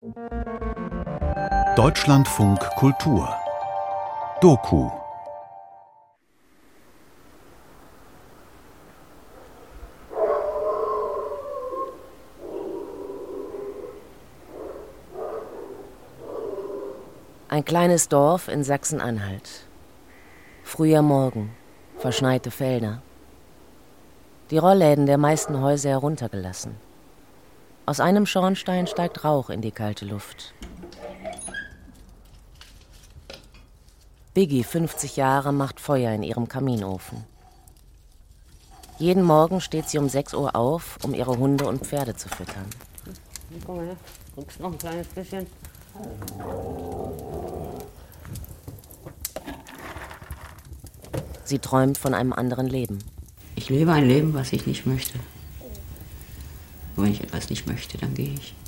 Deutschlandfunk Kultur Doku. Ein kleines Dorf in Sachsen-Anhalt. Früher Morgen, verschneite Felder. Die Rollläden der meisten Häuser heruntergelassen. Aus einem Schornstein steigt Rauch in die kalte Luft. Biggie, 50 Jahre, macht Feuer in ihrem Kaminofen. Jeden Morgen steht sie um 6 Uhr auf, um ihre Hunde und Pferde zu füttern. Komm mal her, drückst noch ein kleines bisschen. Sie träumt von einem anderen Leben. Ich lebe ein Leben, was ich nicht möchte. Und wenn ich etwas nicht möchte, dann gehe ich.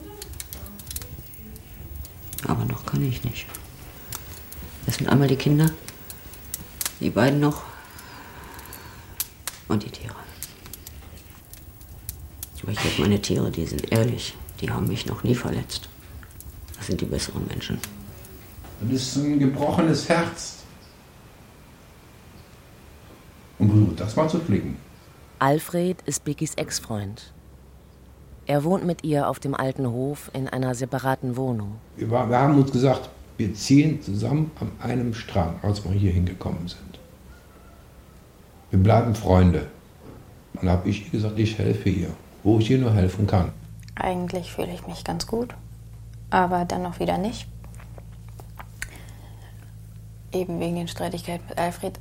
Aber noch kann ich nicht. Das sind einmal die Kinder, die beiden noch und die Tiere. Aber ich habe meine Tiere, die sind ehrlich, die haben mich noch nie verletzt. Das sind die besseren Menschen. Das ist ein gebrochenes Herz. Und versucht das mal zu flicken. Alfred ist Biggies Ex-Freund. Er wohnt mit ihr auf dem alten Hof in einer separaten Wohnung. Wir haben uns gesagt, wir ziehen zusammen an einem Strang, als wir hier hingekommen sind. Wir bleiben Freunde. Dann habe ich ihr gesagt, ich helfe ihr, wo ich ihr nur helfen kann. Eigentlich fühle ich mich ganz gut, aber dann noch wieder nicht. Eben wegen den Streitigkeiten mit Alfred.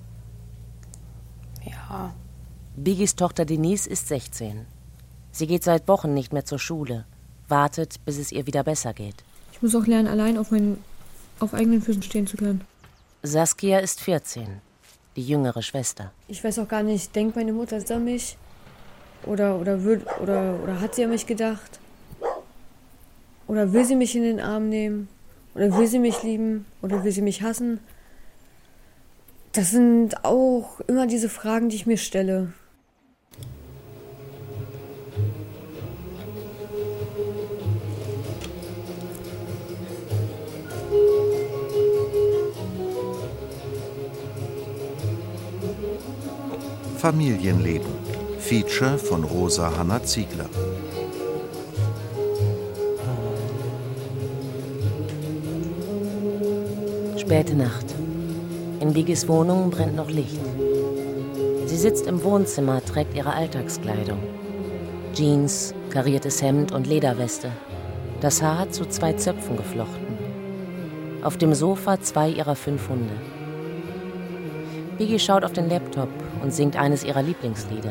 Ja. Biggies Tochter Denise ist 16. Sie geht seit Wochen nicht mehr zur Schule, wartet, bis es ihr wieder besser geht. Ich muss auch lernen, allein auf eigenen Füßen stehen zu können. Saskia ist 14, die jüngere Schwester. Ich weiß auch gar nicht, denkt meine Mutter an mich? Oder hat sie an mich gedacht? Oder will sie mich in den Arm nehmen? Oder will sie mich lieben? Oder will sie mich hassen? Das sind auch immer diese Fragen, die ich mir stelle. Familienleben. Feature von Rosa Hanna Ziegler. Späte Nacht. In Biggies Wohnung brennt noch Licht. Sie sitzt im Wohnzimmer, trägt ihre Alltagskleidung. Jeans, kariertes Hemd und Lederweste. Das Haar zu 2 Zöpfen geflochten. Auf dem Sofa 2 ihrer 5 Hunde. Biggie schaut auf den Laptop und singt eines ihrer Lieblingslieder.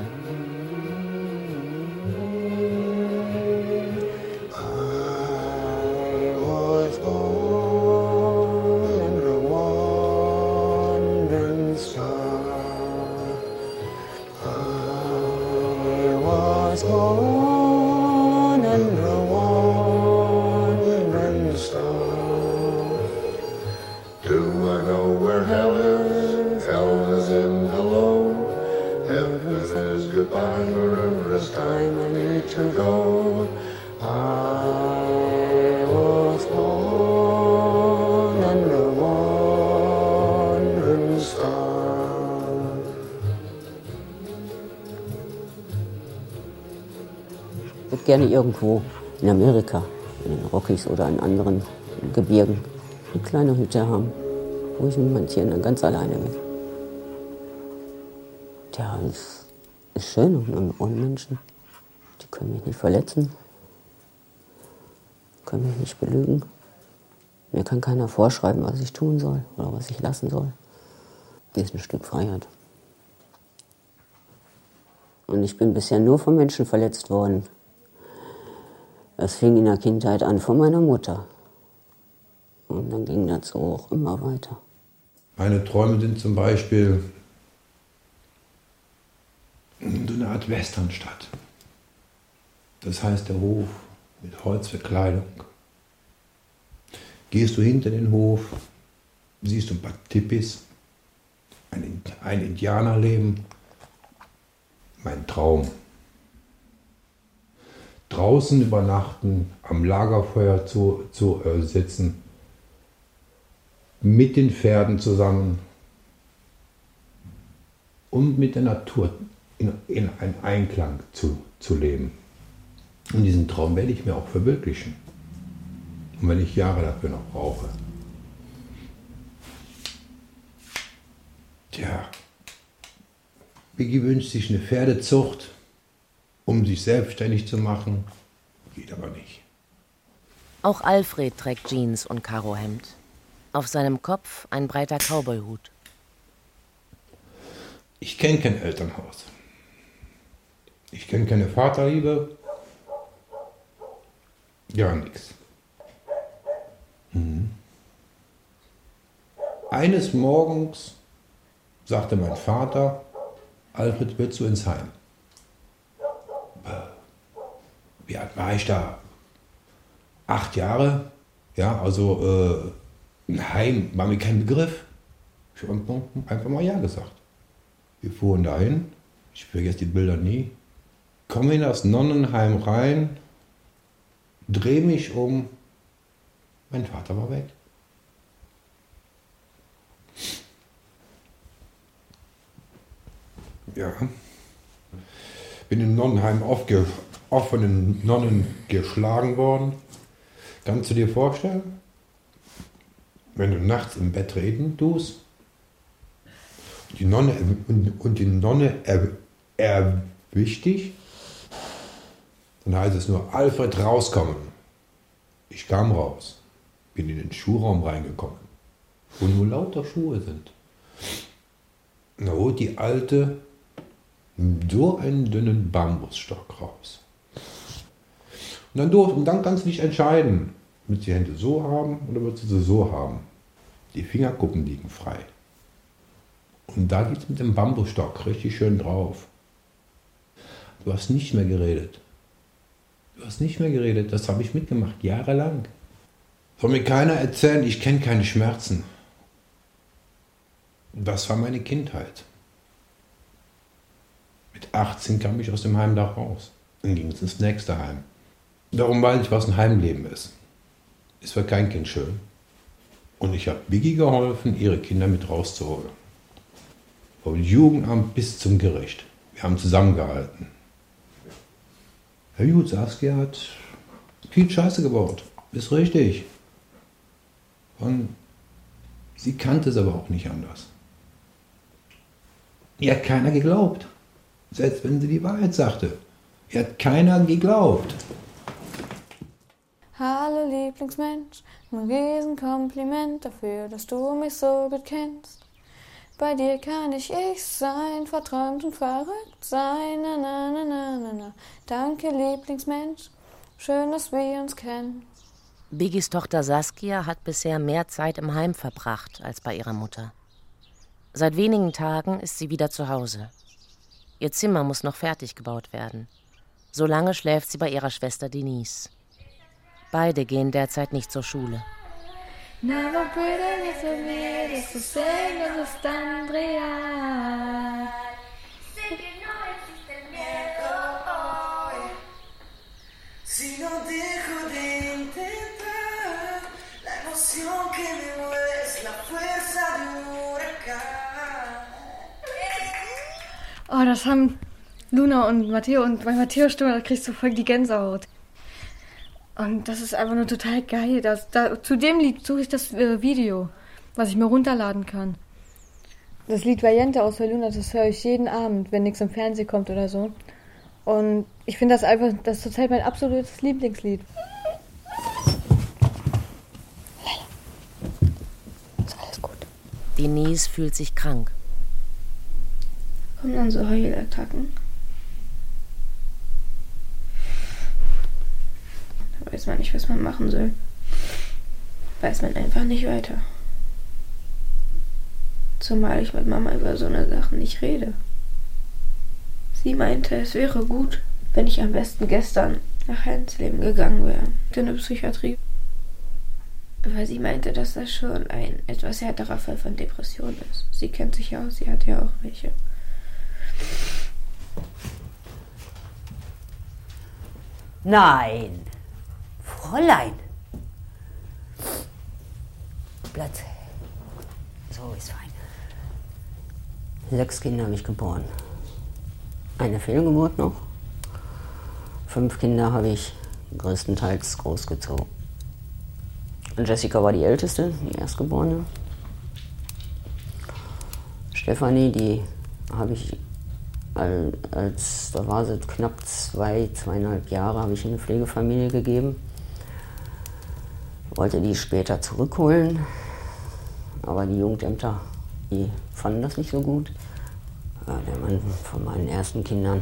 Ich würde gerne irgendwo in Amerika, in den Rockies oder in anderen Gebirgen, eine kleine Hütte haben, wo ich mit meinen Tieren dann ganz alleine bin. Ja, es ist schön und Menschen, die können mich nicht verletzen, können mich nicht belügen. Mir kann keiner vorschreiben, was ich tun soll oder was ich lassen soll. Das ist ein Stück Freiheit. Und ich bin bisher nur von Menschen verletzt worden. Das fing in der Kindheit an von meiner Mutter. Und dann ging das so auch immer weiter. Meine Träume sind zum Beispiel so eine Art Westernstadt. Das heißt der Hof mit Holzverkleidung. Gehst du hinter den Hof, siehst du ein paar Tippis, ein Indianerleben. Mein Traum. draußen übernachten, am Lagerfeuer zu sitzen, mit den Pferden zusammen und mit der Natur in einen Einklang zu leben. Und diesen Traum werde ich mir auch verwirklichen. Und wenn ich Jahre dafür noch brauche. Tja, Biggie wünscht sich eine Pferdezucht, um sich selbstständig zu machen. Geht aber nicht. Auch Alfred trägt Jeans und Karohemd. Auf seinem Kopf ein breiter Cowboyhut. Ich kenne kein Elternhaus. Ich kenne keine Vaterliebe. Gar nichts. Eines Morgens sagte mein Vater, Alfred, willst du ins Heim? Wie alt war ich da? 8 Jahre? Ja, also ein Heim war mir kein Begriff. Ich habe einfach mal ja gesagt. Wir fuhren dahin, ich vergesse die Bilder nie, komme in das Nonnenheim rein, drehe mich um, mein Vater war weg. Ja, bin im Nonnenheim oft von den Nonnen geschlagen worden. Kannst du dir vorstellen, wenn du nachts im Bett reden tust und die Nonne erwischt dich, dann heißt es nur, Alfred, rauskommen. Ich kam raus, bin in den Schuhraum reingekommen, wo nur lauter Schuhe sind. Da holt die Alte so einen dünnen Bambusstock raus. Und dann kannst du dich entscheiden, willst du die Hände so haben oder willst du sie so haben. Die Fingerkuppen liegen frei. Und da geht es mit dem Bambusstock richtig schön drauf. Du hast nicht mehr geredet. Du hast nicht mehr geredet, das habe ich mitgemacht, jahrelang. Soll mir keiner erzählen, ich kenne keine Schmerzen. Das war meine Kindheit. Mit 18 kam ich aus dem Heim da raus. Dann ging es ins nächste Heim. Darum weiß ich, was ein Heimleben ist. Ist für kein Kind schön. Und ich habe Biggie geholfen, ihre Kinder mit rauszuholen. Vom Jugendamt bis zum Gericht. Wir haben zusammengehalten. Herr Jud, Saskia hat viel Scheiße gebaut. Ist richtig. Und sie kannte es aber auch nicht anders. Ihr hat keiner geglaubt. Selbst wenn sie die Wahrheit sagte. Ihr hat keiner geglaubt. Hallo Lieblingsmensch, ein Riesenkompliment dafür, dass du mich so gut kennst. Bei dir kann ich sein, verträumt und verrückt sein, na na na na na na. Danke Lieblingsmensch, schön, dass wir uns kennen. Biggies Tochter Saskia hat bisher mehr Zeit im Heim verbracht als bei ihrer Mutter. Seit wenigen Tagen ist sie wieder zu Hause. Ihr Zimmer muss noch fertig gebaut werden. Solange schläft sie bei ihrer Schwester Denise. Beide gehen derzeit nicht zur Schule. Never pretend it's with me, it's the same as it's tan real. Sé que no existe el miedo hoy. Si no dejo de intentar, la emoción que me mueve es la fuerza de un huracán. Oh, das haben Luna und Matteo, und bei Matteos Stimme, da kriegst du voll die Gänsehaut. Und das ist einfach nur total geil. Zu dem Lied suche ich das Video, was ich mir runterladen kann. Das Lied Valiente aus der Luna, das höre ich jeden Abend, wenn nichts im Fernsehen kommt oder so. Und ich finde das ist zurzeit mein absolutes Lieblingslied. Leila, ist alles gut. Denise fühlt sich krank. Kommen dann so Heulattacken. Da weiß man nicht, was man machen soll. Weiß man einfach nicht weiter. Zumal ich mit Mama über so eine Sachen nicht rede. Sie meinte, es wäre gut, wenn ich am besten gestern nach Helmsleben gegangen wäre, in eine Psychiatrie. Weil sie meinte, dass das schon ein etwas härterer Fall von Depression ist. Sie kennt sich ja aus, sie hat ja auch welche. Nein. Fräulein. Platz. So ist fein. 6 Kinder habe ich geboren. Eine Fehlgeburt noch. 5 Kinder habe ich größtenteils großgezogen. Und Jessica war die älteste, die Erstgeborene. Stefanie, die habe ich, da war sie knapp 2,5 Jahre, habe ich in eine Pflegefamilie gegeben. Wollte die später zurückholen, aber die Jugendämter, die fanden das nicht so gut. Der Mann von meinen ersten Kindern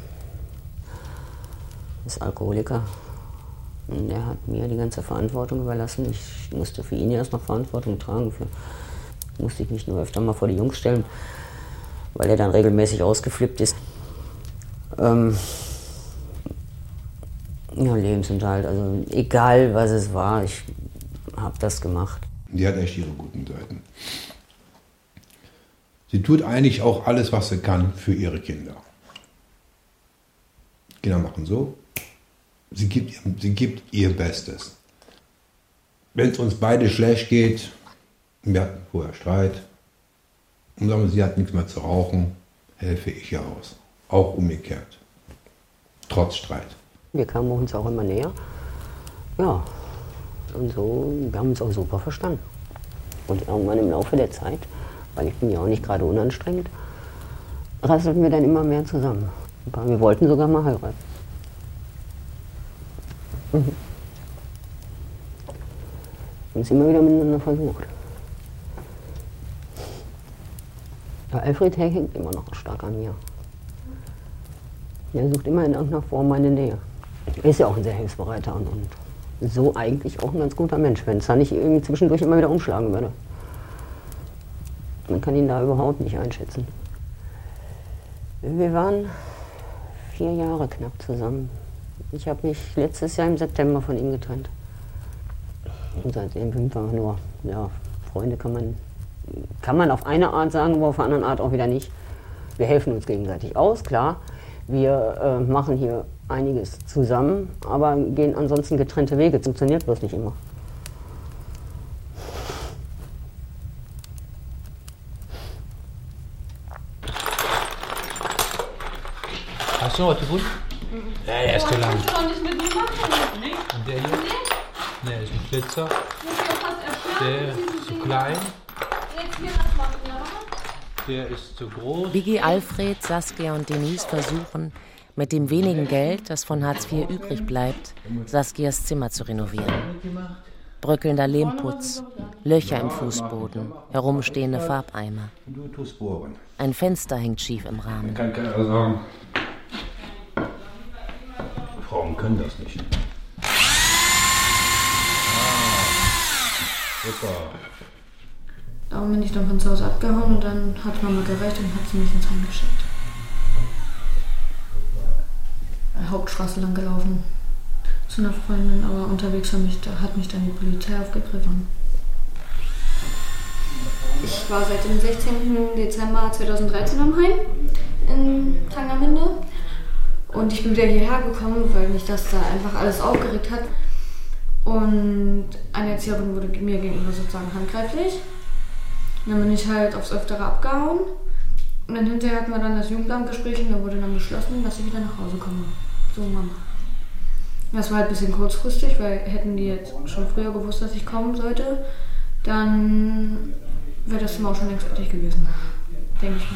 ist Alkoholiker. Und der hat mir die ganze Verantwortung überlassen. Ich musste für ihn erst noch Verantwortung tragen. Musste ich mich nur öfter mal vor die Jungs stellen, weil er dann regelmäßig ausgeflippt ist. Ja, Lebensunterhalt, also egal was es war, ich habe das gemacht. Die hat echt ihre guten Seiten. Sie tut eigentlich auch alles, was sie kann für ihre Kinder. Kinder machen so, sie gibt ihr Bestes. Wenn es uns beide schlecht geht, wir hatten vorher Streit, und sagen wir, sie hat nichts mehr zu rauchen, helfe ich ihr aus. Auch umgekehrt. Trotz Streit. Wir kamen uns auch immer näher. Ja, und so, wir haben uns auch super verstanden. Und irgendwann im Laufe der Zeit, weil ich bin ja auch nicht gerade unanstrengend, rasselten wir dann immer mehr zusammen. Wir wollten sogar mal heiraten. Mhm. Und es immer wieder miteinander versucht. Ja, Alfred hängt immer noch stark an mir. Er sucht immer in irgendeiner Form meine Nähe. Er ist ja auch ein sehr hilfsbereiter und so eigentlich auch ein ganz guter Mensch, wenn es da nicht irgendwie zwischendurch immer wieder umschlagen würde. Man kann ihn da überhaupt nicht einschätzen. Wir waren 4 Jahre knapp zusammen. Ich habe mich letztes Jahr im September von ihm getrennt. Und seitdem sind wir nur, ja, Freunde kann man auf eine Art sagen, aber auf eine andere Art auch wieder nicht. Wir helfen uns gegenseitig aus, klar. Wir machen hier einiges zusammen, aber gehen ansonsten getrennte Wege. Das funktioniert bloß nicht immer. Hast du noch was gefunden? Ja, der ist zu lang. Und der hier? Der ist ein Flitzer. Der ist zu klein. Der ist zu groß. Vicky, Alfred, Saskia und Denise versuchen, mit dem wenigen Geld, das von Hartz IV übrig bleibt, Saskias Zimmer zu renovieren. Bröckelnder Lehmputz, Löcher im Fußboden, herumstehende Farbeimer. Ein Fenster hängt schief im Rahmen. Kann keiner sagen, Frauen können das nicht. Super. Darum bin ich dann von zu Hause abgehauen und dann hat Mama gereicht und hat sie mich ins Heim geschickt. Hauptstraße lang gelaufen zu einer Freundin, aber unterwegs hat mich dann die Polizei aufgegriffen. Ich war seit dem 16. Dezember 2013 am Heim in Tangermünde und ich bin wieder hierher gekommen, weil mich das da einfach alles aufgeregt hat. Und eine Erzieherin wurde mir gegenüber sozusagen handgreiflich. Und dann bin ich halt aufs Öftere abgehauen. Und dann hinterher hatten wir dann das Jugendamtgespräch und da wurde dann beschlossen, dass ich wieder nach Hause komme. So, Mama. Das war halt ein bisschen kurzfristig, weil hätten die jetzt schon früher gewusst, dass ich kommen sollte, dann wäre das Zimmer auch schon längst fertig gewesen. Denke ich mal.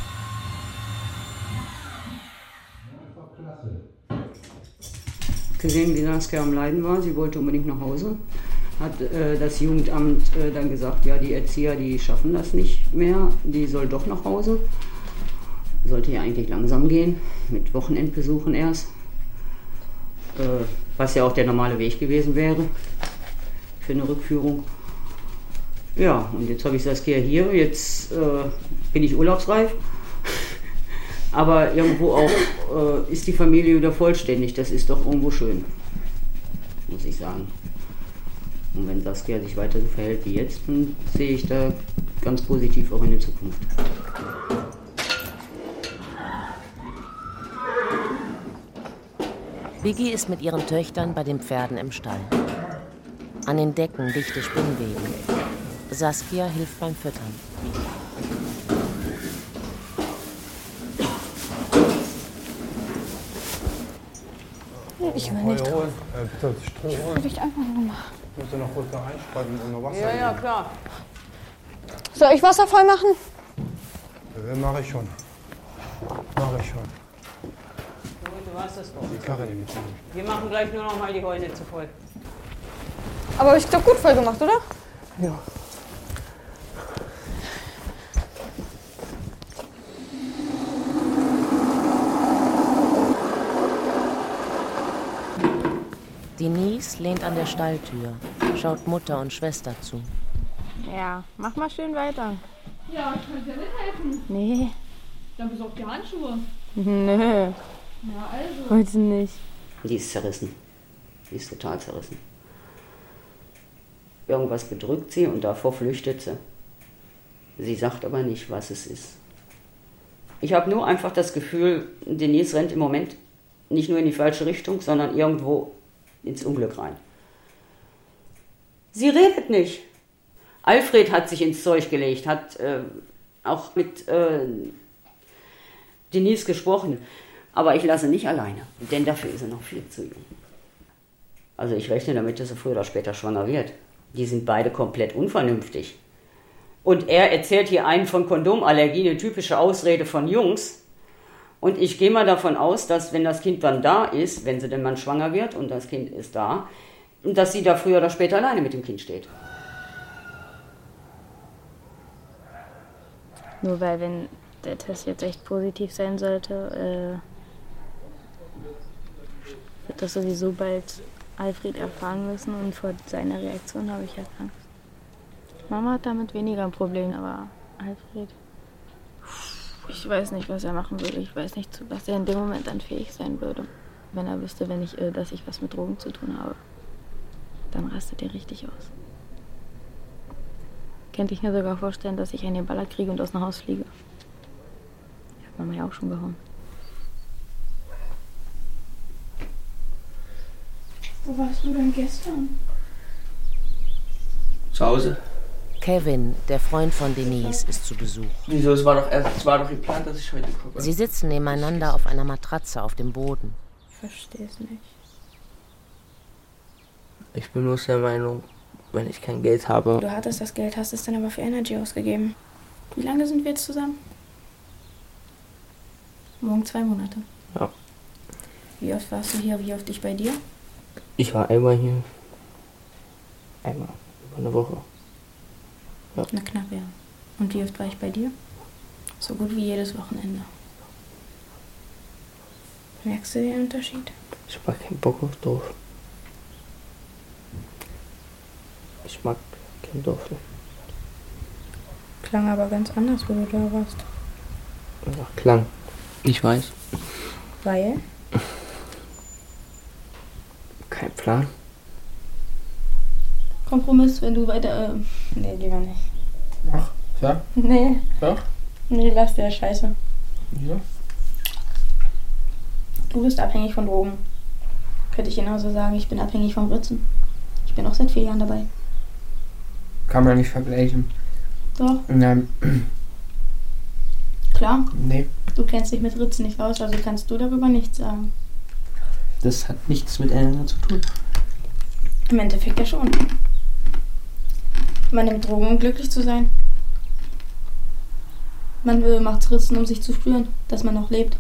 Gesehen, wie Saskia am Leiden war, sie wollte unbedingt nach Hause. Hat das Jugendamt dann gesagt, ja, die Erzieher, die schaffen das nicht mehr, die soll doch nach Hause. Sollte ja eigentlich langsam gehen, mit Wochenendbesuchen erst. Was ja auch der normale Weg gewesen wäre für eine Rückführung. Ja, und jetzt habe ich Saskia hier, jetzt bin ich urlaubsreif. Aber irgendwo auch ist die Familie wieder vollständig, das ist doch irgendwo schön, muss ich sagen. Und wenn Saskia sich weiter so verhält wie jetzt, dann sehe ich da ganz positiv auch in die Zukunft. Biggie ist mit ihren Töchtern bei den Pferden im Stall. An den Decken dichte Spinnweben. Saskia hilft beim Füttern. Ich will nicht drauf. Bitte Stroh holen. Würde ich einfach nur machen. Musst du noch kurz da reinspannen und noch Wasser Ja, geben. klar. Soll ich Wasser voll machen? Mach ich schon. Mach ich schon. Du weißt das doch. Die Karre nehme ich mit. Wir machen gleich nur noch mal die Heunetze voll. Aber hab ich doch gut voll gemacht, oder? Ja. Denise lehnt an der Stalltür, schaut Mutter und Schwester zu. Ja, mach mal schön weiter. Ja, ich kann dir mithelfen. Nee. Dann besorg dir Handschuhe. Nö, Ja, also. heute nicht. Die ist zerrissen. Die ist total zerrissen. Irgendwas bedrückt sie und davor flüchtet sie. Sie sagt aber nicht, was es ist. Ich habe nur einfach das Gefühl, Denise rennt im Moment nicht nur in die falsche Richtung, sondern irgendwo ins Unglück rein. Sie redet nicht. Alfred hat sich ins Zeug gelegt, hat auch mit Denise gesprochen. Aber ich lasse nicht alleine, denn dafür ist sie noch viel zu jung. Also ich rechne damit, dass sie früher oder später schwanger wird. Die sind beide komplett unvernünftig. Und er erzählt hier einen von Kondomallergie, eine typische Ausrede von Jungs. Und ich gehe mal davon aus, dass wenn das Kind dann da ist, wenn sie denn mal schwanger wird und das Kind ist da, dass sie da früher oder später alleine mit dem Kind steht. Nur weil, wenn der Test jetzt echt positiv sein sollte, wird das sowieso bald Alfred erfahren müssen und vor seiner Reaktion habe ich ja Angst. Mama hat damit weniger ein Problem, aber Alfred, ich weiß nicht, was er machen würde. Ich weiß nicht, zu was er in dem Moment dann fähig sein würde. Wenn er wüsste, dass ich was mit Drogen zu tun habe, dann rastet er richtig aus. Könnte ich mir sogar vorstellen, dass ich einen Baller kriege und aus dem Haus fliege. Hat Mama ja auch schon gehauen. Wo warst du denn gestern? Zu Hause. Kevin, der Freund von Denise, ist zu Besuch. Wieso? Es war doch geplant, dass ich heute gucke. Sie sitzen nebeneinander auf einer Matratze auf dem Boden. Ich verstehe es nicht. Ich bin nur der Meinung, wenn ich kein Geld habe. Du hattest das Geld, hast es dann aber für Energy ausgegeben. Wie lange sind wir jetzt zusammen? Morgen 2 Monate. Ja. Wie oft warst du hier, wie oft ich bei dir? Ich war einmal hier. Einmal. Über eine Woche. Ja. Na knapp, ja. Und wie oft war ich bei dir? So gut wie jedes Wochenende. Merkst du den Unterschied? Ich mag keinen Bock auf Dorf. Ich mag kein Dorf. Klang aber ganz anders, wo du da warst. Ja, klang. Ich weiß. Weil? Kein Plan. Kompromiss, wenn du weiter... Nee, lieber nicht. Ach, ja? Nee. Ja? Nee, lass der Scheiße. Ja. Du bist abhängig von Drogen. Könnte ich genauso sagen, ich bin abhängig vom Ritzen. Ich bin auch seit 4 Jahren dabei. Kann man nicht vergleichen. Doch. Nein. Klar. Nee. Du kennst dich mit Ritzen nicht aus, also kannst du darüber nichts sagen. Das hat nichts miteinander zu tun. Im Endeffekt ja schon. Man nimmt Drogen, um glücklich zu sein. Man macht Ritzen, um sich zu spüren, dass man noch lebt.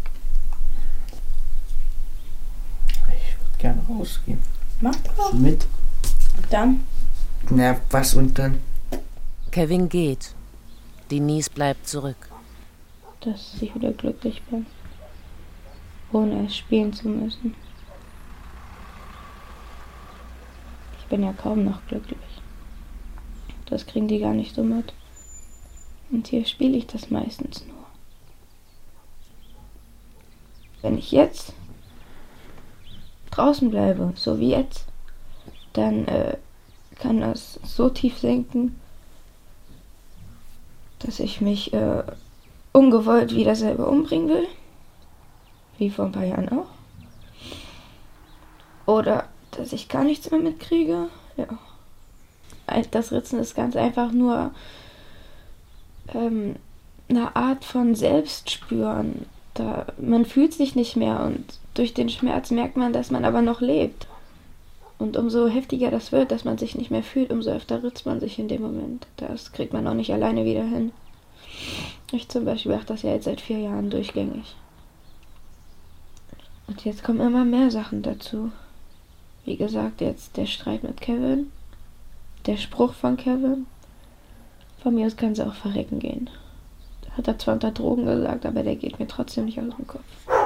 Ich würde gerne rausgehen. Mach doch. Mit? Und dann? Na, was und dann? Kevin geht. Denise bleibt zurück. Dass ich wieder glücklich bin. Ohne es spielen zu müssen. Ich bin ja kaum noch glücklich. Das kriegen die gar nicht so mit. Und hier spiele ich das meistens nur. Wenn ich jetzt draußen bleibe, so wie jetzt, dann kann das so tief senken, dass ich mich ungewollt wieder selber umbringen will. Wie vor ein paar Jahren auch. Oder dass ich gar nichts mehr mitkriege. Ja. Das Ritzen ist ganz einfach nur eine Art von Selbstspüren. Man fühlt sich nicht mehr und durch den Schmerz merkt man, dass man aber noch lebt. Und umso heftiger das wird, dass man sich nicht mehr fühlt, umso öfter ritzt man sich in dem Moment. Das kriegt man auch nicht alleine wieder hin. Ich zum Beispiel mache das ja jetzt seit 4 Jahren durchgängig. Und jetzt kommen immer mehr Sachen dazu. Wie gesagt, jetzt der Streit mit Kevin, der Spruch von Kevin. Von mir aus kann sie auch verrecken gehen. Hat er zwar unter Drogen gesagt, aber der geht mir trotzdem nicht aus dem Kopf.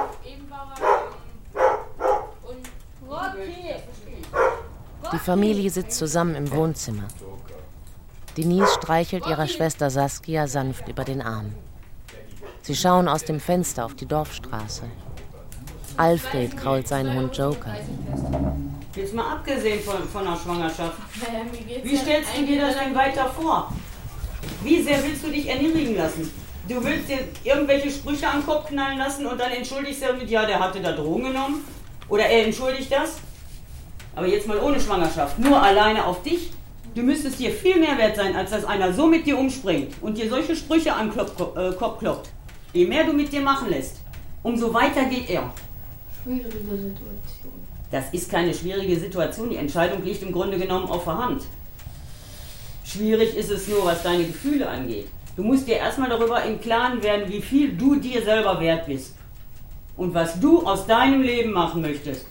Die Familie sitzt zusammen im Wohnzimmer. Denise streichelt ihrer Schwester Saskia sanft über den Arm. Sie schauen aus dem Fenster auf die Dorfstraße. Alfred krault seinen Hund Joker. Jetzt mal abgesehen von der Schwangerschaft. Wie stellst du dir das denn weiter vor? Wie sehr willst du dich erniedrigen lassen? Du willst dir irgendwelche Sprüche an den Kopf knallen lassen und dann entschuldigst du mit, ja, der hatte da Drogen genommen. Oder er entschuldigt das. Aber jetzt mal ohne Schwangerschaft, nur alleine auf dich. Du müsstest dir viel mehr wert sein, als dass einer so mit dir umspringt und dir solche Sprüche an den Kopf kloppt. Je mehr du mit dir machen lässt, umso weiter geht er. Schwierige Situation. Das ist keine schwierige Situation. Die Entscheidung liegt im Grunde genommen auf der Hand. Schwierig ist es nur, was deine Gefühle angeht. Du musst dir erstmal darüber im Klaren werden, wie viel du dir selber wert bist. Und was du aus deinem Leben machen möchtest.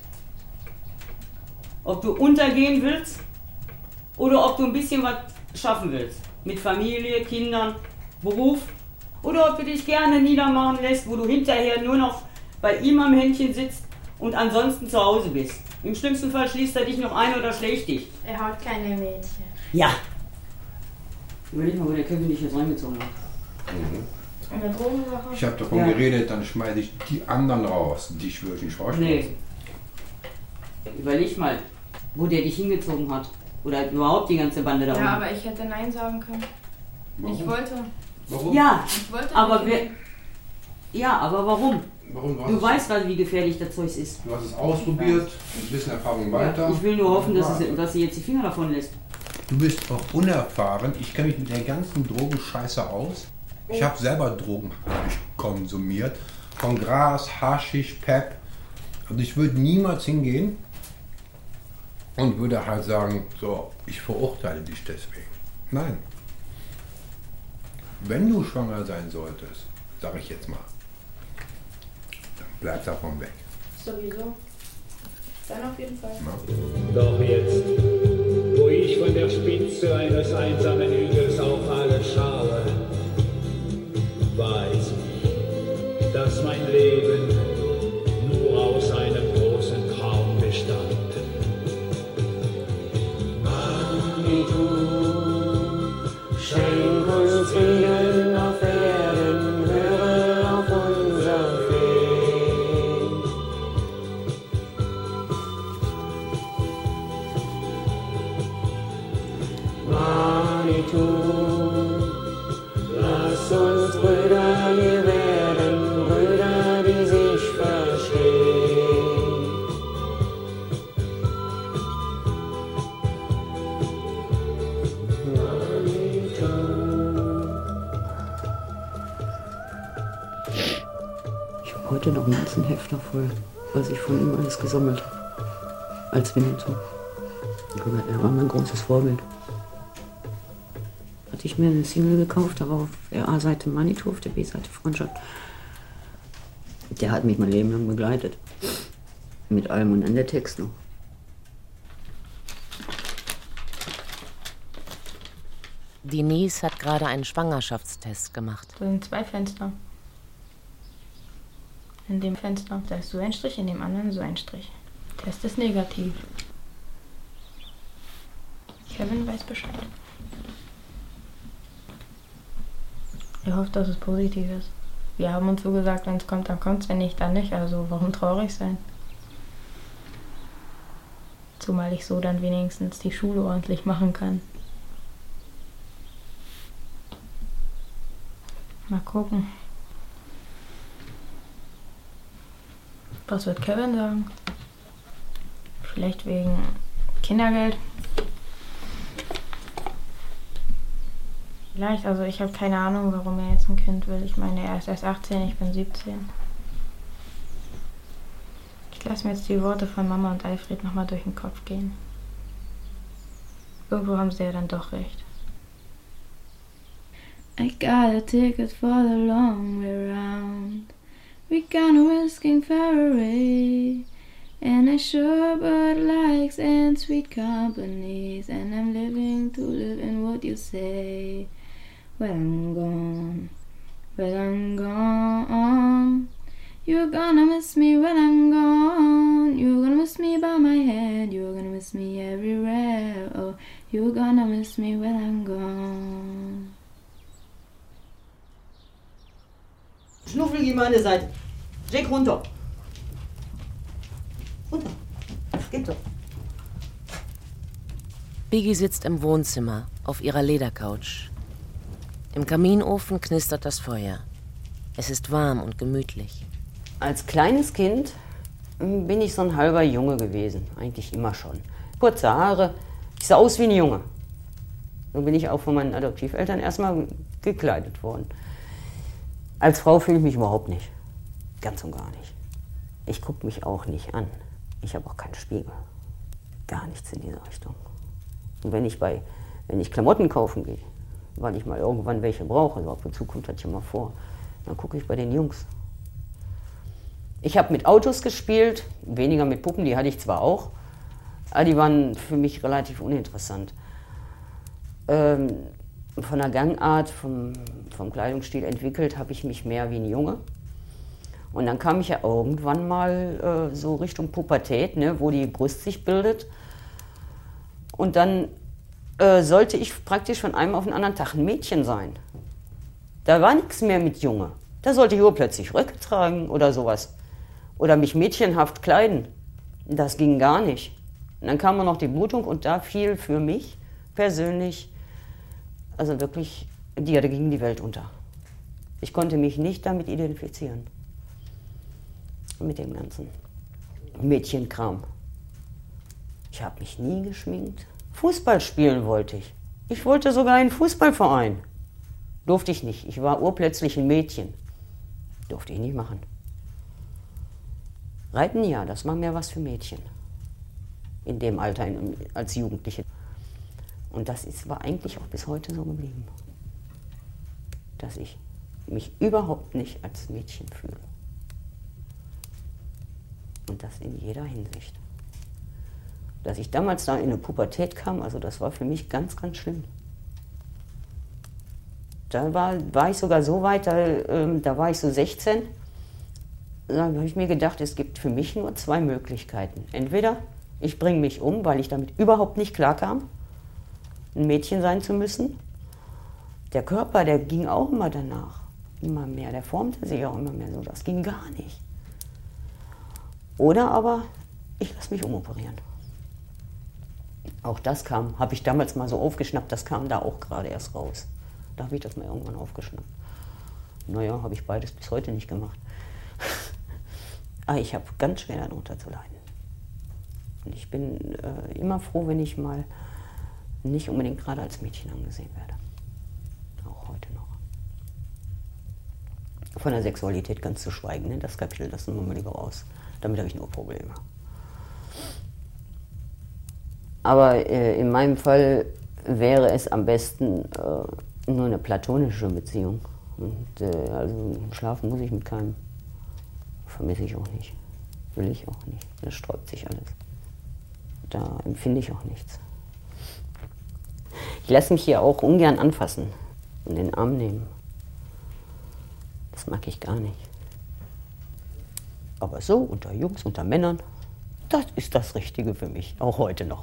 Ob du untergehen willst oder ob du ein bisschen was schaffen willst. Mit Familie, Kindern, Beruf. Oder ob du dich gerne niedermachen lässt, wo du hinterher nur noch bei ihm am Händchen sitzt und ansonsten zu Hause bist. Im schlimmsten Fall schließt er dich noch ein oder schlägt dich. Er haut keine Mädchen. Ja. Überleg mal, wo der Kevin dich jetzt reingezogen hat. Eine Drogensache? Ich habe davon geredet, dann schmeiße ich die anderen raus. Dich würde ich nicht rausschmeißen. Nee. Überleg mal, wo der dich hingezogen hat. Oder überhaupt die ganze Bande da unten. Ja, aber ich hätte Nein sagen können. Warum? Ich wollte. Warum? Ja, ich wollte aber nicht. Aber warum? Warum? Du weißt, wie gefährlich das Zeug ist. Du hast es ausprobiert, ein bisschen Erfahrung weiter. Ich will nur hoffen, dass sie jetzt die Finger davon lässt. Du bist auch unerfahren. Ich kenne mich mit der ganzen Drogenscheiße aus. Ich habe selber Drogen konsumiert. Von Gras, Haschisch, Pep. Und ich würde niemals hingehen und würde halt sagen, so, ich verurteile dich deswegen. Nein. Wenn du schwanger sein solltest, sage ich jetzt mal, dann bleib davon weg. Sowieso. Dann auf jeden Fall. Ja. Doch jetzt, wo ich von der Spitze eines einsamen Hügels auf alle schaue, weiß ich, dass mein Leben nur aus einem großen Traum bestand. Schenk uns Frieden auf Erden, höre auf unser Flehen. Manitou, lass uns Brüder hier werden, Brüder, die sich verstehen. Ich habe heute noch einen ganzen Hefter voll, was ich von ihm alles gesammelt habe. Als Winnetou. Er war mein großes Vorbild. Hatte ich mir eine Single gekauft, aber auf der A-Seite Manitou, auf der B-Seite Freundschaft. Der hat mich mein Leben lang begleitet. Mit allem und dann der Text noch. Denise hat gerade einen Schwangerschaftstest gemacht. Da sind 2 Fenster. In dem Fenster, da ist so ein Strich, in dem anderen so ein Strich. Test ist negativ. Kevin weiß Bescheid. Ich hoffe, dass es positiv ist. Wir haben uns so gesagt, wenn es kommt, dann kommt es, wenn nicht, dann nicht. Also warum traurig sein? Zumal ich so dann wenigstens die Schule ordentlich machen kann. Mal gucken. Was wird Kevin sagen? Vielleicht wegen Kindergeld. Vielleicht, also ich habe keine Ahnung, warum er jetzt ein Kind will. Ich meine, er ist erst 18, ich bin 17. Ich lasse mir jetzt die Worte von Mama und Alfred nochmal durch den Kopf gehen. Irgendwo haben sie ja dann doch recht. I got a ticket for the long way round. We gonna whisking Ferrari. And I sure but likes and sweet companies. And I'm living to live in what you say. Well, I'm gone. Well, I'm gone. You're gonna miss me when I'm gone. You're gonna miss me by my head. You're gonna miss me everywhere. Oh, you're gonna miss me when I'm gone. Schnuffel, geh mal an die Seite. Jack, runter. Runter. Geht doch. Biggie sitzt im Wohnzimmer auf ihrer Ledercouch. Im Kaminofen knistert das Feuer. Es ist warm und gemütlich. Als kleines Kind bin ich so ein halber Junge gewesen. Eigentlich immer schon. Kurze Haare. Ich sah aus wie ein Junge. So bin ich auch von meinen Adoptiveltern erstmal gekleidet worden. Als Frau fühle ich mich überhaupt nicht. Ganz und gar nicht. Ich gucke mich auch nicht an. Ich habe auch keinen Spiegel. Gar nichts in dieser Richtung. Und wenn ich Klamotten kaufen gehe, weil ich mal irgendwann welche brauche, so ab und zu kommt das ja mal vor, dann gucke ich bei den Jungs. Ich habe mit Autos gespielt, weniger mit Puppen, die hatte ich zwar auch, aber die waren für mich relativ uninteressant. Von der Gangart, vom Kleidungsstil entwickelt, habe ich mich mehr wie ein Junge. Und dann kam ich ja irgendwann mal so Richtung Pubertät, ne, wo die Brust sich bildet. Und dann sollte ich praktisch von einem auf den anderen Tag ein Mädchen sein. Da war nichts mehr mit Junge. Da sollte ich urplötzlich Röcke tragen oder sowas. Oder mich mädchenhaft kleiden. Das ging gar nicht. Und dann kam noch die Blutung und da fiel für mich persönlich, also wirklich, da ging die Welt unter. Ich konnte mich nicht damit identifizieren. Mit dem ganzen Mädchenkram. Ich habe mich nie geschminkt. Fußball spielen wollte ich. Ich wollte sogar einen Fußballverein. Durfte ich nicht. Ich war urplötzlich ein Mädchen. Durfte ich nicht machen. Reiten ja, das war mehr was für Mädchen. In dem Alter, als Jugendliche. Und das war eigentlich auch bis heute so geblieben. Dass ich mich überhaupt nicht als Mädchen fühle. Und das in jeder Hinsicht. Dass ich damals da in eine Pubertät kam, also das war für mich ganz, ganz schlimm. Da war ich sogar so weit, da war ich so 16, da habe ich mir gedacht, es gibt für mich nur zwei Möglichkeiten. Entweder ich bringe mich um, weil ich damit überhaupt nicht klarkam, ein Mädchen sein zu müssen. Der Körper, der ging auch immer danach, immer mehr, der formte sich auch immer mehr so, das ging gar nicht. Oder aber ich lasse mich umoperieren. Auch das habe ich damals mal so aufgeschnappt, das kam da auch gerade erst raus. Da habe ich das mal irgendwann aufgeschnappt. Naja, habe ich beides bis heute nicht gemacht. Aber ich habe ganz schwer darunter zu leiden. Und ich bin immer froh, wenn ich mal nicht unbedingt gerade als Mädchen angesehen werde. Auch heute noch. Von der Sexualität ganz zu schweigen, ne? Das Kapitel lassen wir mal lieber raus. Damit habe ich nur Probleme. Aber in meinem Fall wäre es am besten nur eine platonische Beziehung. Und also schlafen muss ich mit keinem. Vermisse ich auch nicht. Will ich auch nicht. Das sträubt sich alles. Da empfinde ich auch nichts. Ich lasse mich hier auch ungern anfassen und in den Arm nehmen. Das mag ich gar nicht. Aber so, unter Jungs, unter Männern, das ist das Richtige für mich, auch heute noch.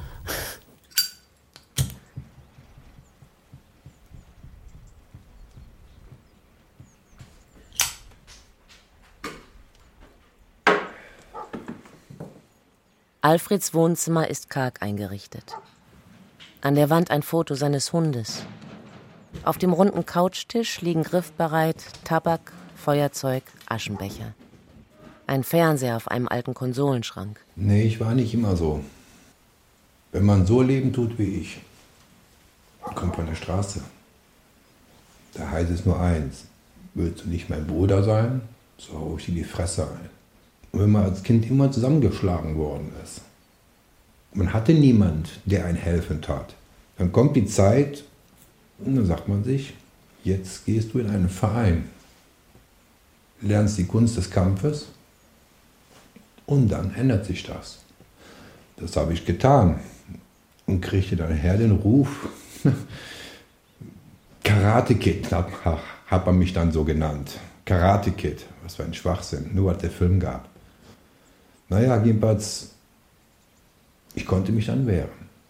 Alfreds Wohnzimmer ist karg eingerichtet. An der Wand ein Foto seines Hundes. Auf dem runden Couchtisch liegen griffbereit Tabak, Feuerzeug, Aschenbecher. Ein Fernseher auf einem alten Konsolenschrank. Nee, ich war nicht immer so. Wenn man so leben tut wie ich, kommt von der Straße. Da heißt es nur eins: Willst du nicht mein Bruder sein, so hau ich dir die Fresse ein. Und wenn man als Kind immer zusammengeschlagen worden ist, man hatte niemand, der einen helfen tat, dann kommt die Zeit und dann sagt man sich, jetzt gehst du in einen Verein, lernst die Kunst des Kampfes und dann ändert sich das. Das habe ich getan und kriegte dann her den Ruf, Karate Kid hat man mich dann so genannt. Karate Kid, was für ein Schwachsinn, nur was der Film gab. Naja, jedenfalls, ich konnte mich dann wehren.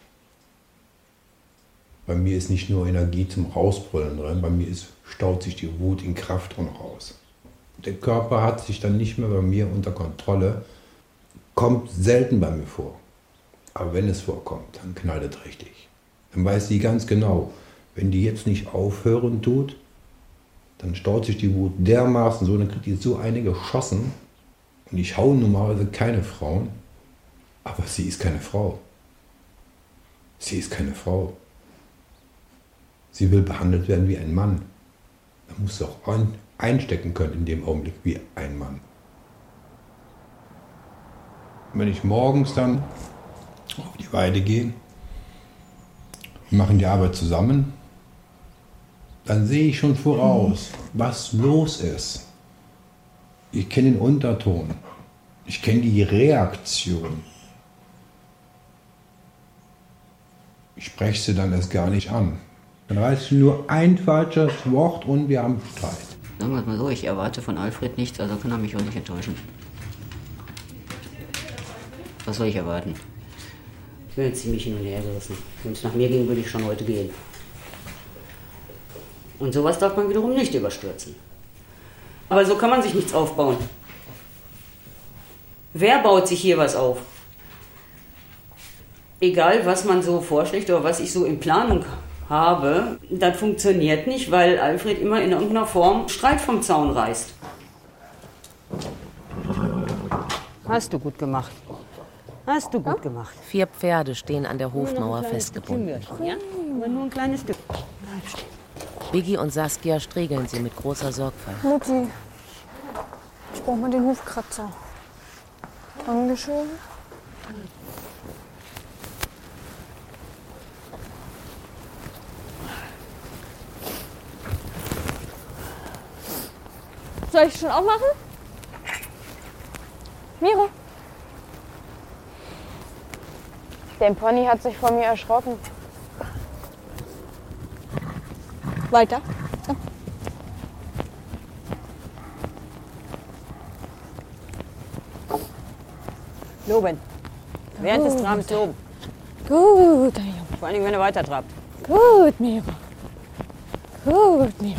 Bei mir ist nicht nur Energie zum Rausbrüllen drin, bei mir staut sich die Wut in Kraft drin raus. Der Körper hat sich dann nicht mehr bei mir unter Kontrolle, kommt selten bei mir vor. Aber wenn es vorkommt, dann knallt es richtig. Dann weiß die ganz genau, wenn die jetzt nicht aufhören tut, dann staut sich die Wut dermaßen so, dann kriegt die so eine geschossen. Und ich hau normalerweise keine Frauen, aber sie ist keine Frau. Sie ist keine Frau. Sie will behandelt werden wie ein Mann. Da muss sie auch einstecken können in dem Augenblick wie ein Mann. Wenn ich morgens dann auf die Weide gehe, wir machen die Arbeit zusammen, dann sehe ich schon voraus, was los ist. Ich kenne den Unterton, ich kenne die Reaktion. Ich spreche sie dann erst gar nicht an. Dann reißt nur ein falsches Wort und wir haben Streit. Sagen wir es mal so, ich erwarte von Alfred nichts, also kann er mich auch nicht enttäuschen. Was soll ich erwarten? Ich bin jetzt ziemlich hin und her gerissen. Wenn es nach mir ging, würde ich schon heute gehen. Und sowas darf man wiederum nicht überstürzen. Aber so kann man sich nichts aufbauen. Wer baut sich hier was auf? Egal, was man so vorschlägt oder was ich so in Planung habe, das funktioniert nicht, weil Alfred immer in irgendeiner Form Streit vom Zaun reißt. Hast du gut gemacht. Hast du gut gemacht. 4 Pferde stehen an der Hofmauer festgebunden. Ja? Aber nur ein kleines Stück. Biggie und Saskia striegeln sie mit großer Sorgfalt. Mutti, ich brauche mal den Hufkratzer. Dankeschön. Soll ich schon aufmachen? Miro. Der Pony hat sich vor mir erschrocken. Weiter. Ja. Loben. Während des Trabens loben. Gut, Junge. Vor allem, wenn er weiter trabt. Gut, Miro. Gut, Miro.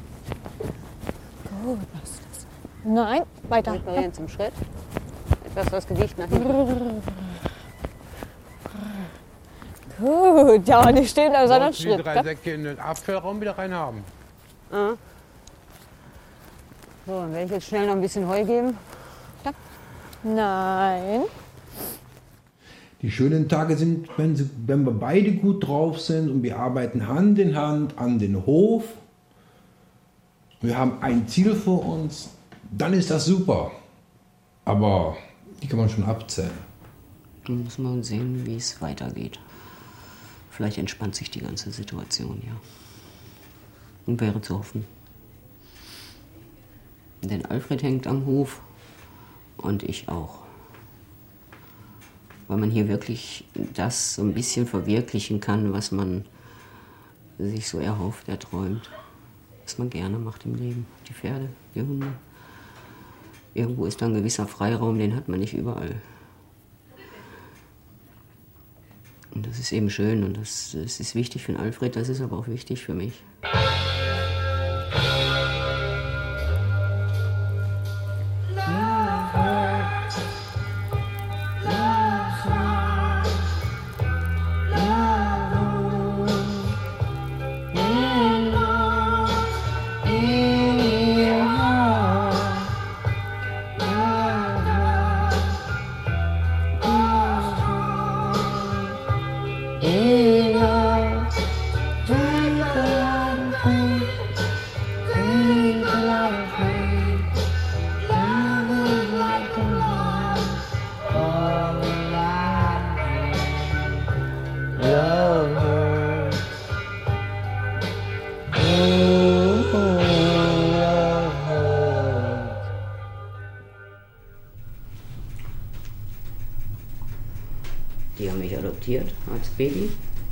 Gut, machst du das. Nein, weiter. Reparieren zum Schritt. Etwas das Gewicht nach hinten. Gut, ja, und ich stehe in so einem Schritt. Die 3 Säcke in den Abfüllraum wieder rein haben. Ah. So, dann werde ich jetzt schnell noch ein bisschen Heu geben. Ja. Nein. Die schönen Tage sind, wenn wir beide gut drauf sind und wir arbeiten Hand in Hand an den Hof. Wir haben ein Ziel vor uns, dann ist das super. Aber die kann man schon abzählen. Dann muss man sehen, wie es weitergeht. Vielleicht entspannt sich die ganze Situation, ja. Und wäre zu hoffen. Denn Alfred hängt am Hof und ich auch. Weil man hier wirklich das so ein bisschen verwirklichen kann, was man sich so erhofft, erträumt. Was man gerne macht im Leben. Die Pferde, die Hunde. Irgendwo ist da ein gewisser Freiraum, den hat man nicht überall. Und das ist eben schön und das ist wichtig für den Alfred, das ist aber auch wichtig für mich. love hurts. Love hurts. Die haben mich adoptiert als Baby.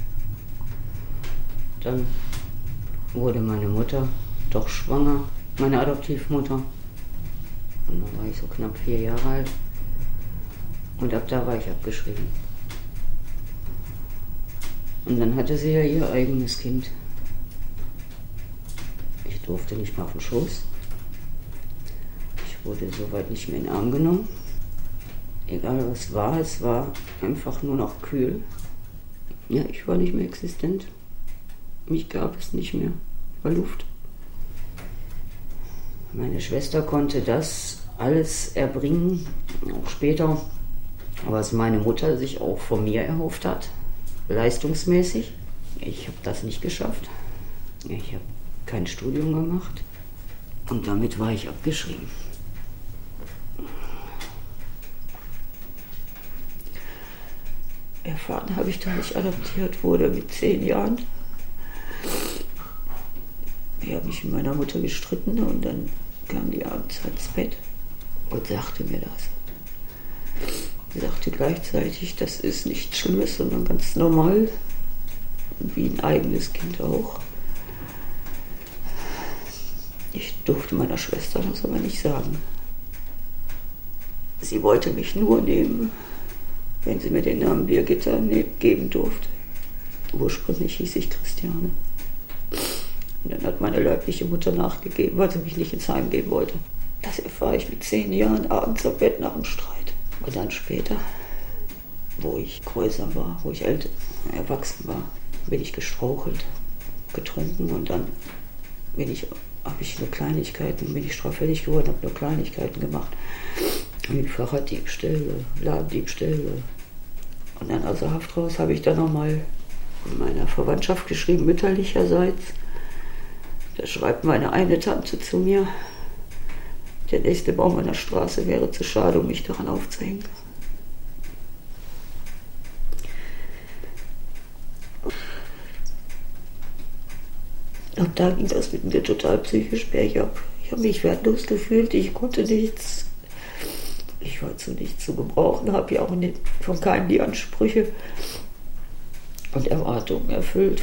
Dann wurde meine Mutter doch schwanger, meine Adoptivmutter. Und dann war ich so knapp 4 Jahre alt. Und ab da war ich abgeschrieben. Und dann hatte sie ja ihr eigenes Kind. Ich durfte nicht mehr auf den Schoß. Ich wurde soweit nicht mehr in den Arm genommen. Egal was war, es war einfach nur noch kühl. Ja, ich war nicht mehr existent. Mich gab es nicht mehr. Ich war Luft. Meine Schwester konnte das alles erbringen, auch später, was meine Mutter sich auch von mir erhofft hat, leistungsmäßig. Ich habe das nicht geschafft. Ich habe kein Studium gemacht und damit war ich abgeschrieben. Erfahren habe ich, dass ich adoptiert wurde mit 10 Jahren. Ich habe mich mit meiner Mutter gestritten und dann kam die abends ins Bett und sagte mir das. Sie sagte gleichzeitig, das ist nichts Schlimmes, sondern ganz normal, wie ein eigenes Kind auch. Ich durfte meiner Schwester das aber nicht sagen. Sie wollte mich nur nehmen, wenn sie mir den Namen Birgitta geben durfte. Ursprünglich hieß ich Christiane. Und dann hat meine leibliche Mutter nachgegeben, weil sie mich nicht ins Heim geben wollte. Das erfahre ich mit 10 Jahren abends am Bett nach dem Streit. Und dann später, wo ich größer war, wo ich erwachsen war, bin ich gestrauchelt, getrunken und dann habe ich nur Kleinigkeiten, bin ich straffällig geworden, habe nur Kleinigkeiten gemacht. Wie Fahrraddiebstähle, Ladendiebstähle. Und dann aus der Haft raus habe ich dann nochmal in meiner Verwandtschaft geschrieben, mütterlicherseits. Da schreibt meine eine Tante zu mir, der nächste Baum an der Straße wäre zu schade, um mich daran aufzuhängen. Ab da ging das mit mir total psychisch bergab. Ich habe mich wertlos gefühlt, ich konnte nichts. Ich war zu nichts zu gebrauchen, habe ja auch von keinem die Ansprüche und Erwartungen erfüllt.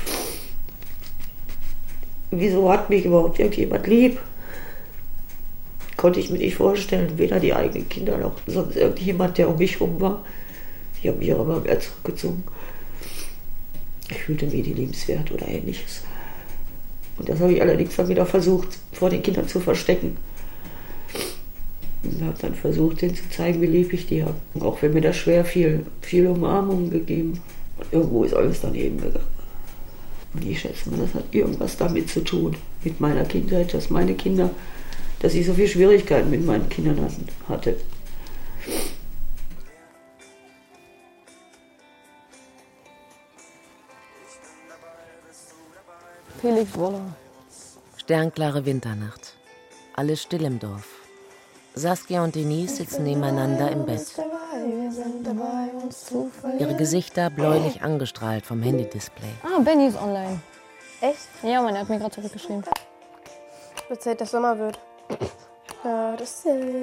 Wieso hat mich überhaupt irgendjemand lieb? Konnte ich mir nicht vorstellen, weder die eigenen Kinder noch sonst irgendjemand, der um mich rum war. Die haben mich auch immer mehr zurückgezogen. Ich fühlte mich nicht liebenswert oder ähnliches. Und das habe ich allerdings dann wieder versucht, vor den Kindern zu verstecken. Und habe dann versucht, denen zu zeigen, wie lieb ich die habe. Auch wenn mir das schwer fiel, viele Umarmungen gegeben. Und irgendwo ist alles daneben gegangen. Und ich schätze mal, das hat irgendwas damit zu tun, mit meiner Kindheit, dass ich so viele Schwierigkeiten mit meinen Kindern hatte. Felix Woller. Sternklare Winternacht. Alles still im Dorf. Saskia und Denise sitzen nebeneinander im Bett. Ihre Gesichter bläulich angestrahlt vom Handy-Display. Ah, Benny ist online. Echt? Ja, Mann, er hat mir gerade zurückgeschrieben. Wird Zeit, dass Sommer wird. Ich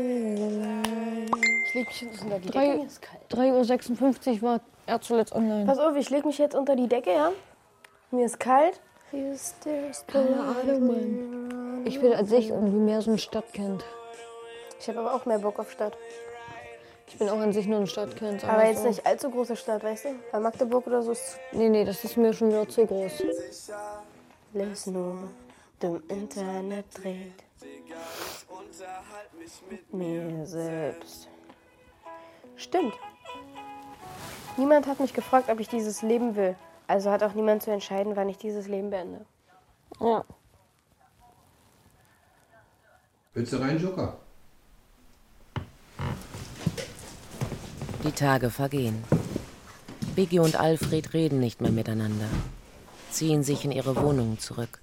leg mich jetzt unter die Decke, mir ist kalt. 3:56 Uhr war er zuletzt online. Pass auf, ich leg mich jetzt unter die Decke, ja? Mir ist kalt. Keine Ahnung, Mann. Ich will als ich irgendwie mehr so ein Stadtkind. Ich habe aber auch mehr Bock auf Stadt. Ich bin auch an sich nur ein Stadtkind. Aber jetzt nicht allzu große Stadt, weißt du? Bei Magdeburg oder so ist... Nee, das ist mir schon wieder zu groß. Lass nur dem Internet dreht. Mit mir selbst. Stimmt. Niemand hat mich gefragt, ob ich dieses Leben will. Also hat auch niemand zu entscheiden, wann ich dieses Leben beende. Ja. Willst du rein, Joker? Die Tage vergehen. Biggie und Alfred reden nicht mehr miteinander, ziehen sich in ihre Wohnungen zurück.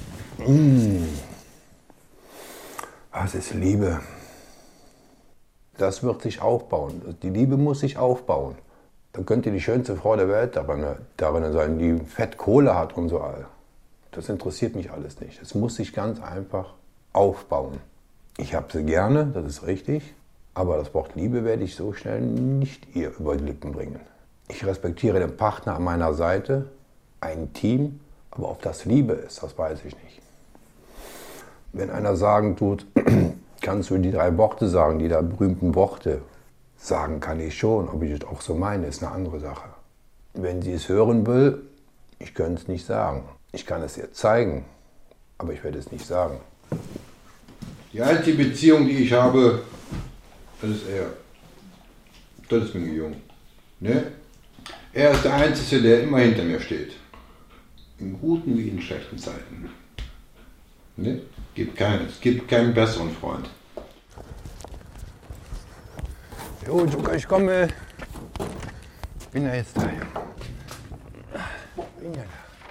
Was ist Liebe? Das wird sich aufbauen. Die Liebe muss sich aufbauen. Dann könnte die schönste Frau der Welt darin sein, die fett Kohle hat und so all. Das interessiert mich alles nicht. Es muss sich ganz einfach aufbauen. Ich habe sie gerne, das ist richtig. Aber das Wort Liebe werde ich so schnell nicht ihr über die Lippen bringen. Ich respektiere den Partner an meiner Seite, ein Team, aber ob das Liebe ist, das weiß ich nicht. Wenn einer sagen tut, kannst du die 3 Worte sagen, die 3 berühmten Worte sagen kann ich schon. Ob ich das auch so meine, ist eine andere Sache. Wenn sie es hören will, ich könnte es nicht sagen. Ich kann es ihr zeigen, aber ich werde es nicht sagen. Die einzige Beziehung, die ich habe, das ist er. Das ist mein Junge. Ne? Er ist der Einzige, der immer hinter mir steht. In guten wie in schlechten Zeiten. Ne? Es gibt keinen besseren Freund. Jo, ich komme. Bin ja jetzt da. Bin ja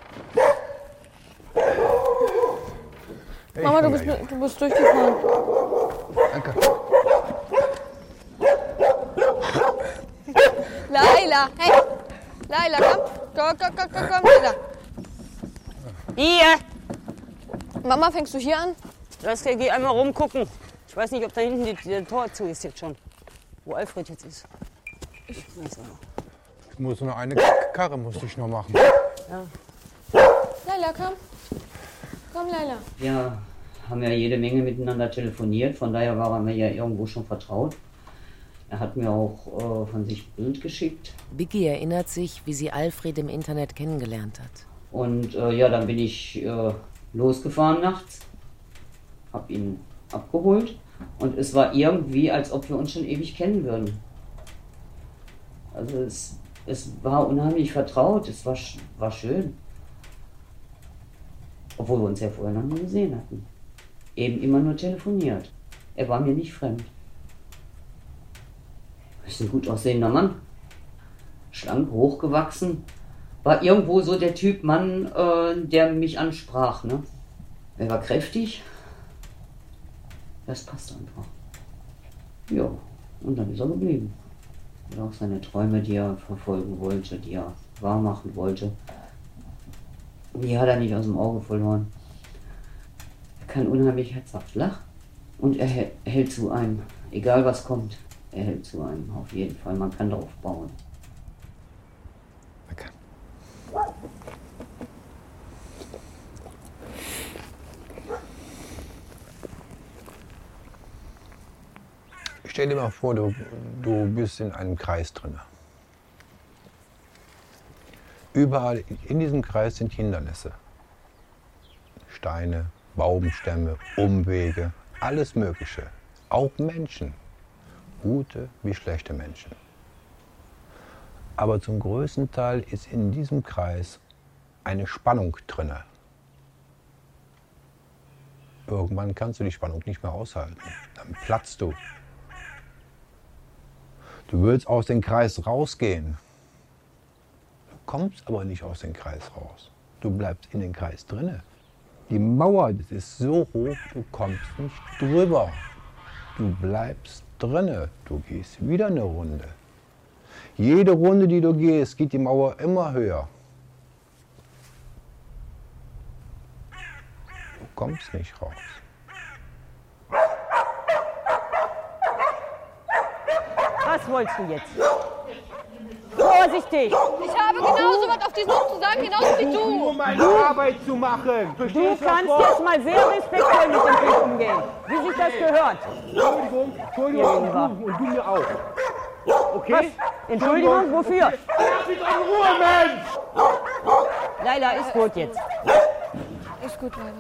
da. Mama, du bist durchgefahren. Danke. Laila, hey! Laila, komm, Laila. Hier! Mama, fängst du hier an? Geh einmal rumgucken. Ich weiß nicht, ob da hinten die Tor zu ist jetzt schon. Wo Alfred jetzt ist. Ich muss noch eine Karre musste ich noch machen. Ja. Laila, komm. Komm, Laila. Wir haben ja jede Menge miteinander telefoniert, von daher war er mir ja irgendwo schon vertraut. Er hat mir auch von sich ein Bild geschickt. Vicky erinnert sich, wie sie Alfred im Internet kennengelernt hat. Und ja, dann bin ich losgefahren nachts, hab ihn abgeholt und es war irgendwie, als ob wir uns schon ewig kennen würden. Also es war unheimlich vertraut, es war schön. Obwohl wir uns ja vorher noch nie gesehen hatten. Eben immer nur telefoniert. Er war mir nicht fremd. Ist ein gut aussehender Mann. Schlank, hochgewachsen. War irgendwo so der Typ Mann, der mich ansprach. Ne? Er war kräftig. Das passt einfach. Ja, und dann ist er geblieben. Und auch seine Träume, die er verfolgen wollte, die er wahrmachen wollte, die hat er nicht aus dem Auge verloren. Er kann unheimlich herzhaft lachen und er hält zu einem, egal was kommt, er hält zu einem, auf jeden Fall. Man kann darauf bauen. Okay. Stell dir mal vor, du bist in einem Kreis drin. Überall in diesem Kreis sind Hindernisse. Steine, Baumstämme, Umwege, alles Mögliche. Auch Menschen. Gute wie schlechte Menschen. Aber zum größten Teil ist in diesem Kreis eine Spannung drin. Irgendwann kannst du die Spannung nicht mehr aushalten. Dann platzt du. Du willst aus dem Kreis rausgehen. Du kommst aber nicht aus dem Kreis raus. Du bleibst in den Kreis drinne. Die Mauer, das ist so hoch, du kommst nicht drüber. Du bleibst drinne. Du gehst wieder eine Runde. Jede Runde, die du gehst, geht die Mauer immer höher. Du kommst nicht raus. Was wolltest du jetzt? Vorsichtig! Ich habe genauso was auf diesen Hund zu sagen, genauso wie du. Nur meine Arbeit zu machen. Du kannst jetzt mal sehr respektvoll mit dem Kind umgehen, wie sich das gehört. Entschuldigung, und du mir auch. Okay? Was? Entschuldigung, wofür? Okay. Lass mich in Ruhe, Mensch! Laila, ist gut jetzt. Ist gut, Laila.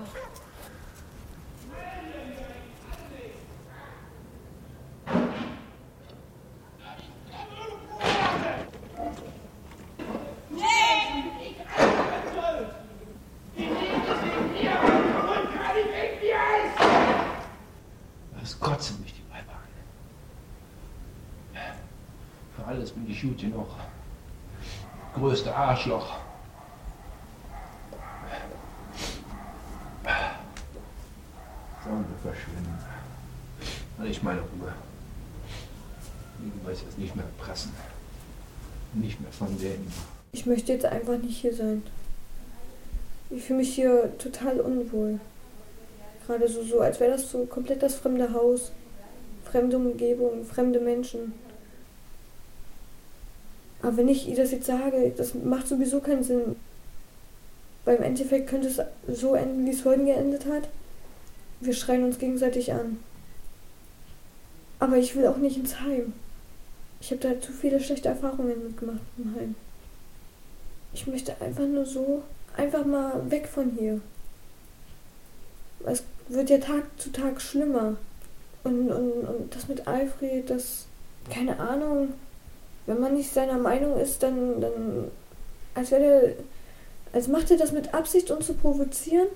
Das kotzen mich die Weiber an. Für alles bin ich gut genug. Größte Arschloch. Sollen wir verschwinden. Weil ich meine Ruhe. weiß jetzt nicht mehr pressen. Nicht mehr von denen. Ich möchte jetzt einfach nicht hier sein. Ich fühle mich hier total unwohl. Gerade so als wäre das so komplett das fremde Haus. Fremde Umgebung, fremde Menschen. Aber wenn ich ihr das jetzt sage, das macht sowieso keinen Sinn. Weil im Endeffekt könnte es so enden, wie es vorhin geendet hat. Wir schreien uns gegenseitig an. Aber ich will auch nicht ins Heim. Ich habe da zu viele schlechte Erfahrungen mitgemacht im Heim. Ich möchte einfach nur so, einfach mal weg von hier. Es wird ja Tag zu Tag schlimmer. Und das mit Alfred, das, keine Ahnung, wenn man nicht seiner Meinung ist, dann als macht er das mit Absicht, uns zu provozieren.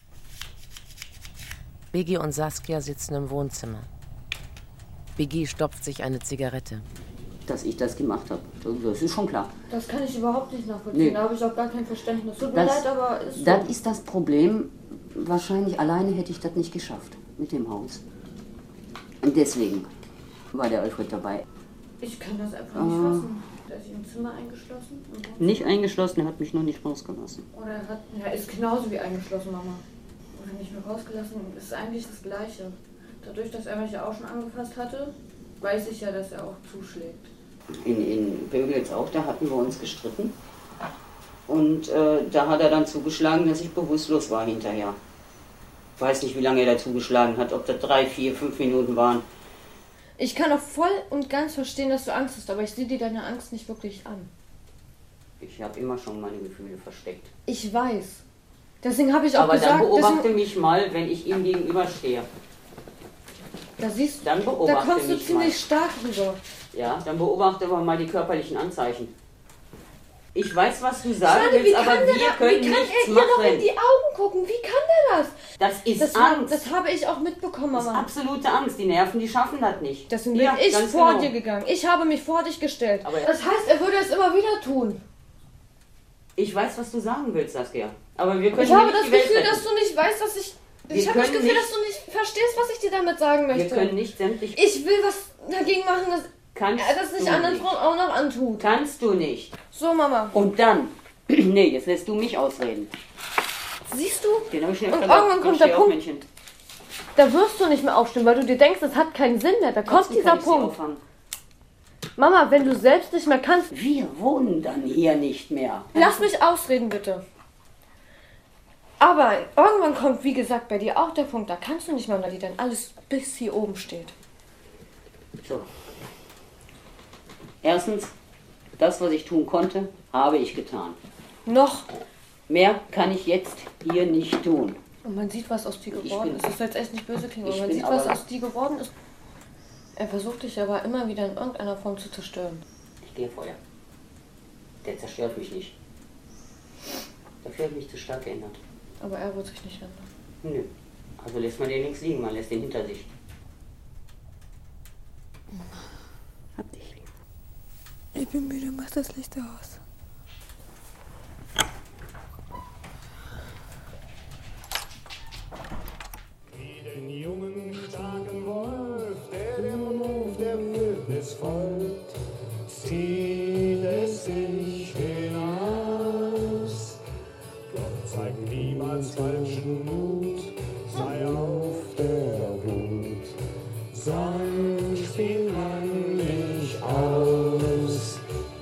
Biggie und Saskia sitzen im Wohnzimmer. Biggie stopft sich eine Zigarette. Dass ich das gemacht habe, das ist schon klar. Das kann ich überhaupt nicht nachvollziehen, Nee. da habe ich auch gar kein Verständnis. Tut mir leid, aber ist so. Das ist das Problem. Wahrscheinlich alleine hätte ich das nicht geschafft mit dem Haus. Und deswegen war der Alfred dabei. Ich kann das einfach nicht fassen. Der ist im Zimmer eingeschlossen? Nicht eingeschlossen, er hat mich noch nicht rausgelassen. Oder er ist genauso wie eingeschlossen, Mama. Oder nicht mehr rausgelassen, ist eigentlich das Gleiche. Dadurch, dass er mich ja auch schon angefasst hatte, weiß ich ja, dass er auch zuschlägt. In Böglitz auch, da hatten wir uns gestritten. Und da hat er dann zugeschlagen, dass ich bewusstlos war hinterher. Ich weiß nicht, wie lange er da zugeschlagen hat, ob das 3, 4, 5 Minuten waren. Ich kann auch voll und ganz verstehen, dass du Angst hast, aber ich sehe dir deine Angst nicht wirklich an. Ich habe immer schon meine Gefühle versteckt. Ich weiß. Deswegen habe ich auch aber gesagt... Aber dann beobachte mich mal, wenn ich ihm gegenüberstehe. Da siehst dann beobachte da kommst du mich ziemlich mal. stark rüber. Ja, dann beobachte aber mal die körperlichen Anzeichen. Ich weiß, was du sagen Schade, willst, aber wir können wie kann nichts er ihr machen. noch in die Augen gucken? Wie kann der das? Das ist Angst. Das habe ich auch mitbekommen, Mama. Das ist absolute Angst. Die Nerven, die schaffen das nicht. Deswegen bin ich vor dir gegangen. Ich habe mich vor dich gestellt. Aber das heißt, er würde es immer wieder tun. Ich weiß, was du sagen willst, Saskia. Aber wir können ich habe nicht das die Welt Gefühl, retten. dass du nicht weißt, was ich... Ich habe das Gefühl, dass du nicht verstehst, was ich dir damit sagen möchte. Wir können nicht sämtlich... Ich will was dagegen machen, dass das nicht anderen Frauen auch noch antut. Kannst du nicht. So, Mama. Und dann... Nee, jetzt lässt du mich ausreden. Siehst du? Den habe ich schon Und öfter irgendwann kommt der Punkt, da wirst du nicht mehr aufstehen, weil du dir denkst, das hat keinen Sinn mehr. Da kommt dieser Punkt. Mama, wenn du selbst nicht mehr kannst... Wir wohnen dann hier nicht mehr. Lass mich ausreden, bitte. Aber irgendwann kommt, wie gesagt, bei dir auch der Punkt, da kannst du nicht mehr, weil dir dann alles bis hier oben steht. So. Erstens, das, was ich tun konnte, habe ich getan. Noch. Mehr kann ich jetzt hier nicht tun. Und man sieht, was aus dir geworden ist. Das soll jetzt echt nicht böse klingen, aber man sieht, was aus dir geworden ist. Er versucht dich aber immer wieder in irgendeiner Form zu zerstören. Ich gehe vorher. Der zerstört mich nicht. Dafür hat mich zu stark geändert. Aber er wird sich nicht ändern. Nö. Also lässt man den nichts liegen, man lässt den hinter sich. Hab dich lieb. Ich bin müde, mach das Licht aus. Wie den jungen, starken Wolf, der dem Ruf der Wildnis folgt, zieht es sich hinaus. Doch zeig niemals falschen Mut, sei auf der Hut, sonst spielt man dich aus.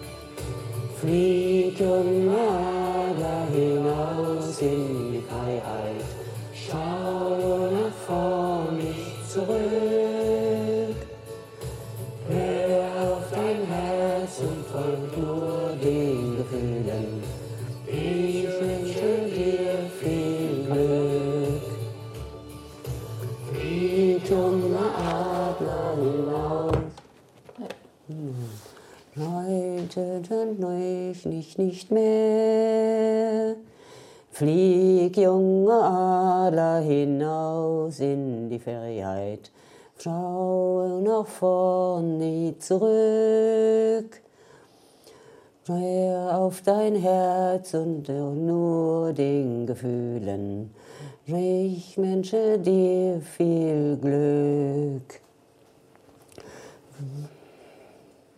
Flieg Adler hinaus in die Freiheit, schau nach vorn, nicht zurück. Hör auf dein Herz und folg nur den Gefühlen. Ich wünsche dir viel Glück. Flieg Adler hinaus. Heute dann euch nicht mehr. Flieg, junger Adler, hinaus in die Freiheit. Schaue nach vorn, nie zurück. Hör auf dein Herz und nur den Gefühlen. Ich wünsche dir viel Glück.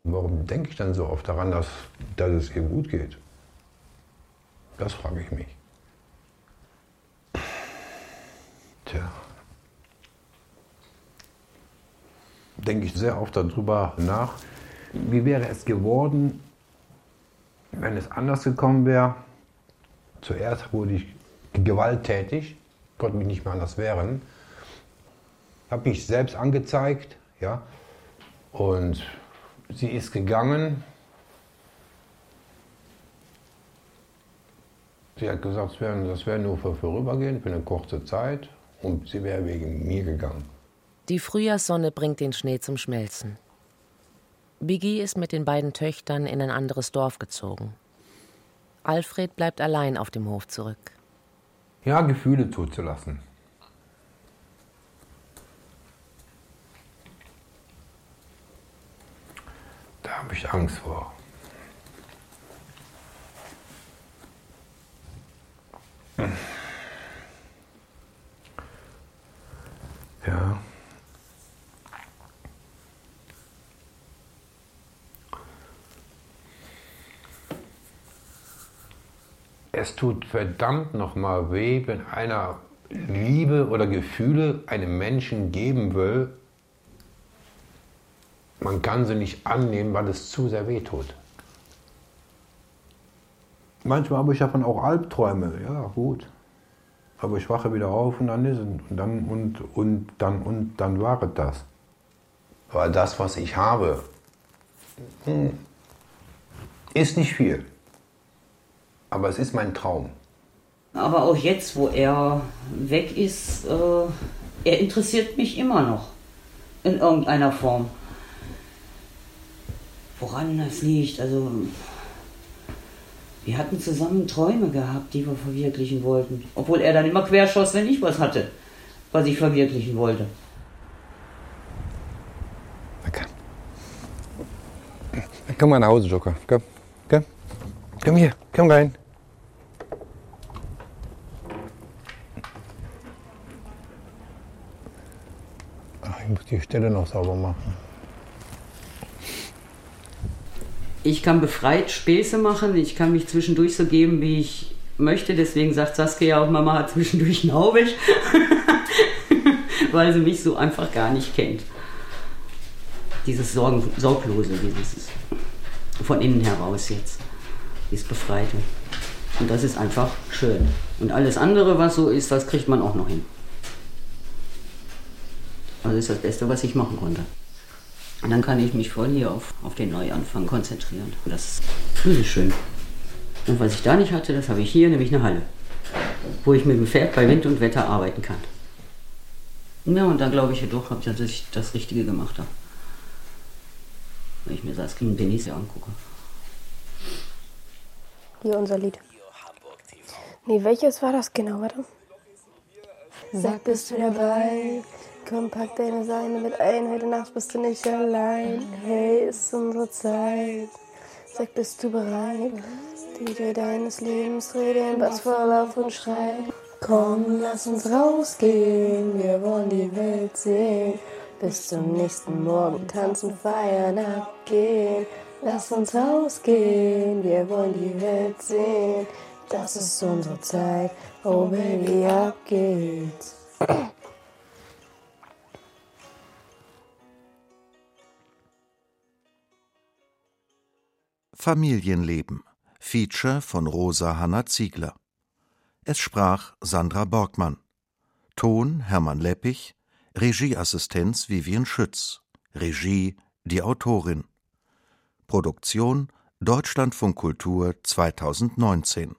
Warum denke ich dann so oft daran, dass es ihr gut geht? Das frage ich mich. Tja. Denke ich sehr oft darüber nach, wie wäre es geworden, wenn es anders gekommen wäre. Zuerst wurde ich gewalttätig, konnte mich nicht mehr anders wehren. Habe mich selbst angezeigt, ja, und sie ist gegangen. Sie hat gesagt, das wäre nur für vorübergehend, für eine kurze Zeit, und sie wäre wegen mir gegangen. Die Frühjahrssonne bringt den Schnee zum Schmelzen. Biggie ist mit den beiden Töchtern in ein anderes Dorf gezogen. Alfred bleibt allein auf dem Hof zurück. Ja, Gefühle zuzulassen. Da habe ich Angst vor. Ja. Es tut verdammt nochmal weh, wenn einer Liebe oder Gefühle einem Menschen geben will. Man kann sie nicht annehmen, weil es zu sehr weh tut. Manchmal habe ich davon auch Albträume, ja gut. Aber ich wache wieder auf und dann ist es. Und dann war es das. Aber das, was ich habe, ist nicht viel. Aber es ist mein Traum. Aber auch jetzt, wo er weg ist, er interessiert mich immer noch. In irgendeiner Form. Woran das liegt, also... Wir hatten zusammen Träume gehabt, die wir verwirklichen wollten. Obwohl er dann immer querschoss, wenn ich was hatte, was ich verwirklichen wollte. Okay. Komm mal nach Hause, Joker. Komm, komm. Komm hier, komm rein. Ich muss die Stelle noch sauber machen. Ich kann befreit Späße machen, ich kann mich zwischendurch so geben, wie ich möchte. Deswegen sagt Saskia auch, Mama hat zwischendurch Naubisch, weil sie mich so einfach gar nicht kennt. Dieses Sorglose, dieses von innen heraus jetzt, dieses Befreite. Und das ist einfach schön. Und alles andere, was so ist, das kriegt man auch noch hin. Also das ist das Beste, was ich machen konnte. Und dann kann ich mich voll hier auf den Neuanfang konzentrieren. Und das ist schön. Und was ich da nicht hatte, das habe ich hier, nämlich eine Halle. Wo ich mit dem Pferd bei Wind und Wetter arbeiten kann. Ja, und da glaube ich doch, dass ich das Richtige gemacht habe. Wenn ich mir das Kind Denise hier angucke. Hier unser Lied. Nee, welches war das genau? Warte. Sag, bist du dabei? Komm, pack deine Seine mit ein, heute Nacht bist du nicht allein. Hey, ist unsere Zeit. Sag, bist du bereit? DJ deines Lebens, dreh den Bass voll auf und schrei. Komm, lass uns rausgehen, wir wollen die Welt sehen. Bis zum nächsten Morgen tanzen, feiern, abgehen. Lass uns rausgehen, wir wollen die Welt sehen. Das ist unsere Zeit, oh Baby, ab geht's. Familienleben. Feature von Rosa Hanna Ziegler. Es sprach Sandra Borgmann. Ton Hermann Leppich. Regieassistenz Vivien Schütz. Regie die Autorin. Produktion Deutschlandfunk Kultur 2019.